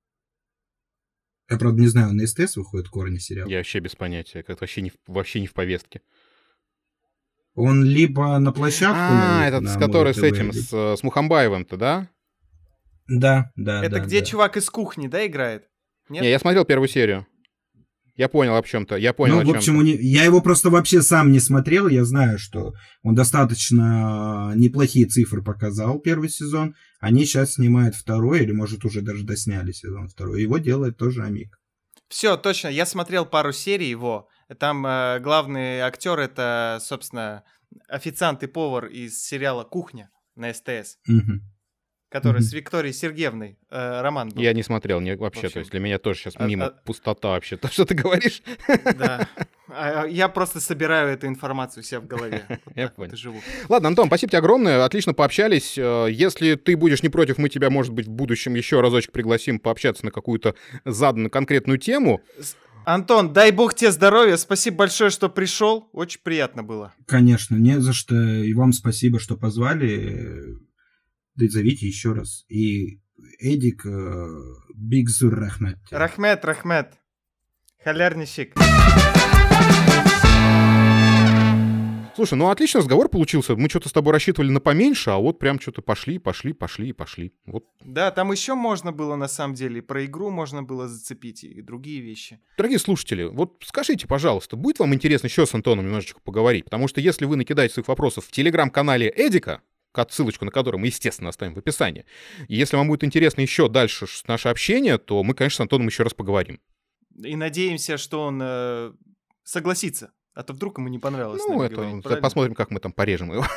Я, правда, не знаю, на СТС выходит «Корни» сериал? Я вообще без понятия. Как-то вообще не, вообще не в повестке. Он либо на площадку... А, этот, с который с этим, с, с Мухамбаевым-то, да? Да, да, Это да, где да. чувак из кухни, да, играет? Нет? Не, я смотрел первую серию. Я понял о чем-то. Я понял, ну, о чем-то. в общем, не... я его просто вообще сам не смотрел. Я знаю, что он достаточно неплохие цифры показал первый сезон. Они сейчас снимают второй, или, может, уже даже досняли сезон второй. Его делает тоже Амик. Все, точно. Я смотрел пару серий его. Там э, главный актер это, собственно, официант и повар из сериала «Кухня» на СТС. Угу. Который mm-hmm. с Викторией Сергеевной э, роман был. Я не смотрел не, вообще, общем, то есть для меня тоже сейчас а, мимо а... пустота вообще, то, что ты говоришь. Да, а, я просто собираю эту информацию у себя в голове. Вот я понял. Вот живу. Ладно, Антон, спасибо тебе огромное, отлично пообщались. Если ты будешь не против, мы тебя, может быть, в будущем еще разочек пригласим пообщаться на какую-то заданную конкретную тему. Антон, дай бог тебе здоровья, спасибо большое, что пришел, очень приятно было. Конечно, не за что, и вам спасибо, что позвали. да зовите еще раз. И Эдик Бигзур Рахмет. Рахмет, Рахмет. Халярничек. Слушай, ну отличный разговор получился. Мы что-то с тобой рассчитывали на поменьше, а вот прям что-то пошли, пошли, пошли и пошли. Вот. Да, там еще можно было, на самом деле, и про игру можно было зацепить, и другие вещи. Дорогие слушатели, вот скажите, пожалуйста, будет вам интересно еще с Антоном немножечко поговорить? Потому что если вы накидаете своих вопросов в телеграм-канале Эдика, ссылочку на который мы, естественно, оставим в описании, и если вам будет интересно еще дальше наше общение, то мы, конечно, с Антоном еще раз поговорим. И надеемся, что он э, согласится. А то вдруг ему не понравилось. Ну, это говорить, посмотрим, как мы там порежем его.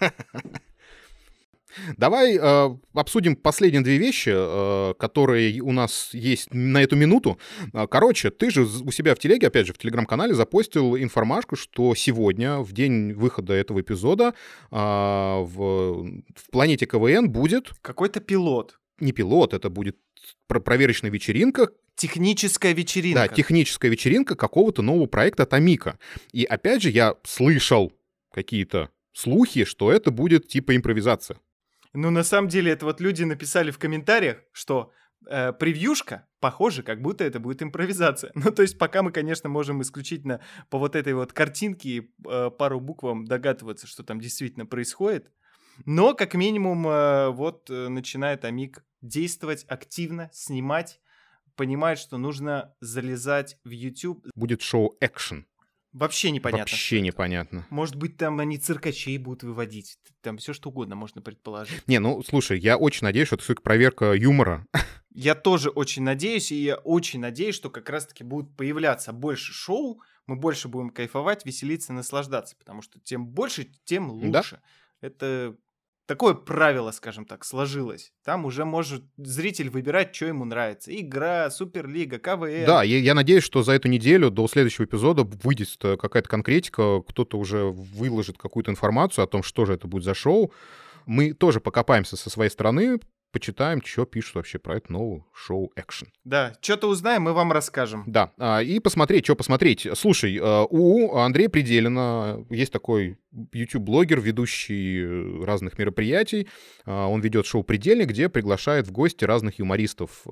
Давай э, обсудим последние две вещи, э, которые у нас есть на эту минуту. Короче, ты же у себя в телеге, опять же, в телеграм-канале запостил информашку, что сегодня, в день выхода этого эпизода, э, в, в планете КВН будет... Какой-то пилот. Не пилот, это будет проверочная вечеринка. Техническая вечеринка. Да, техническая вечеринка какого-то нового проекта от Амика. И опять же, я слышал какие-то слухи, что это будет типа импровизация. Ну, на самом деле, это вот люди написали в комментариях, что э, превьюшка похоже, как будто это будет импровизация. Ну, то есть пока мы, конечно, можем исключительно по вот этой вот картинке и э, пару буквам догадываться, что там действительно происходит. Но, как минимум, э, вот э, начинает Амик действовать активно, снимать, понимает, что нужно залезать в YouTube. Будет шоу экшен. Вообще непонятно. Вообще непонятно. Может быть, там они циркачей будут выводить. Там все что угодно можно предположить. Не, ну, слушай, я очень надеюсь, что это все-таки проверка юмора. Я тоже очень надеюсь, и я очень надеюсь, что как раз-таки будут появляться больше шоу, мы больше будем кайфовать, веселиться, наслаждаться, потому что тем больше, тем лучше. Да? Это такое правило, скажем так, сложилось. Там уже может зритель выбирать, что ему нравится. Игра, Суперлига, КВН. Да, я, я надеюсь, что за эту неделю до следующего эпизода выйдет какая-то конкретика, кто-то уже выложит какую-то информацию о том, что же это будет за шоу. Мы тоже покопаемся со своей стороны, почитаем, что пишут вообще про это новое шоу экшен. Да, что-то узнаем, мы вам расскажем. Да, и посмотреть, что посмотреть. Слушай, у Андрея Пределина есть такой YouTube-блогер, ведущий разных мероприятий. Он ведет шоу «Предельник», где приглашает в гости разных юмористов,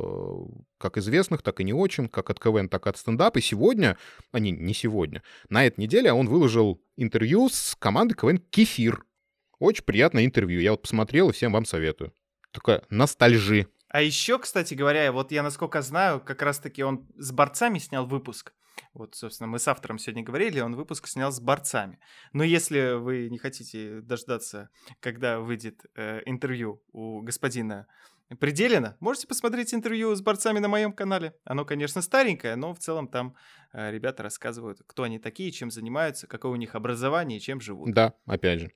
как известных, так и не очень, как от КВН, так и от стендапа. И сегодня, а не, не сегодня, на этой неделе он выложил интервью с командой КВН «Кефир». Очень приятное интервью. Я вот посмотрел и всем вам советую. Такая ностальжи. А еще, кстати говоря, вот я, насколько знаю, как раз-таки он с борцами снял выпуск. Вот, собственно, мы с автором сегодня говорили, он выпуск снял с борцами. Но если вы не хотите дождаться, когда выйдет э, интервью у господина Пределина, можете посмотреть интервью с борцами на моем канале. Оно, конечно, старенькое, но в целом там э, ребята рассказывают, кто они такие, чем занимаются, какое у них образование и чем живут. Да, опять же.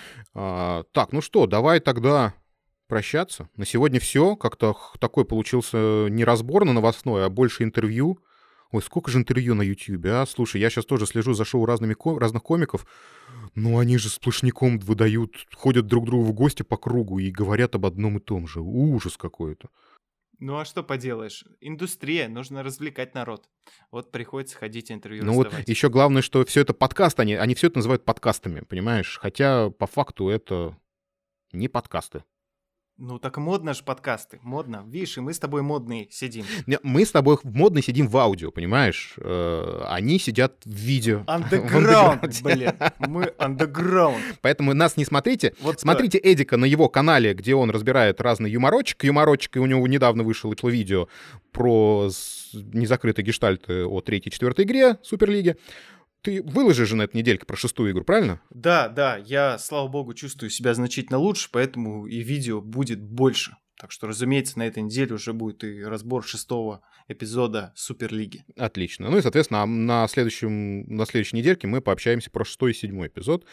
А, так, ну что, давай тогда... прощаться. На сегодня все. Как-то такой получился не разбор на новостной, а больше интервью. Ой, сколько же интервью на Ютьюбе, а? Слушай, я сейчас тоже слежу за шоу разными ко- разных комиков. Ну, они же сплошняком выдают, ходят друг к другу в гости по кругу и говорят об одном и том же. Ужас какой-то. Ну, а что поделаешь? Индустрия, нужно развлекать народ. Вот приходится ходить интервью Ну раздавать. вот еще главное, что все это подкаст, они, они все это называют подкастами, понимаешь? Хотя по факту это не подкасты. Ну, так модно же подкасты, модно. Видишь, и мы с тобой модные сидим. Мы с тобой модно сидим в аудио, понимаешь? Они сидят в видео. Андеграунд, блин. Мы андеграунд. Поэтому нас не смотрите. Вот смотрите так. Эдика на его канале, где он разбирает разный юморочек. Юморочек, и у него недавно вышло видео про незакрытые гештальты о третьей и четвертой игре Суперлиги. Ты выложишь же на этой недельке про шестую игру, правильно? Да, да, я, слава богу, чувствую себя значительно лучше, поэтому и видео будет больше. Так что, разумеется, на этой неделе уже будет и разбор шестого эпизода Суперлиги. Отлично. Ну и, соответственно, на, следующем, на следующей недельке мы пообщаемся про шестой и седьмой эпизод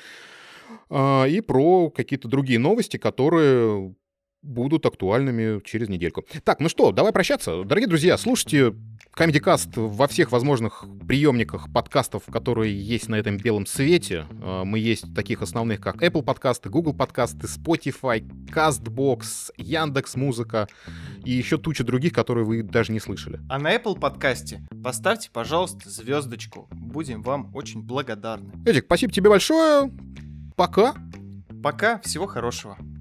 э, и про какие-то другие новости, которые будут актуальными через недельку. Так, ну что, давай прощаться. Дорогие друзья, слушайте Comedy Cast во всех возможных приемниках подкастов, которые есть на этом белом свете. Мы есть в таких основных, как Apple подкасты, Google подкасты, Spotify, CastBox, Яндекс.Музыка и еще туча других, которые вы даже не слышали. А на Apple подкасте поставьте, пожалуйста, звездочку. Будем вам очень благодарны. Эдик, спасибо тебе большое. Пока. Пока. Всего хорошего.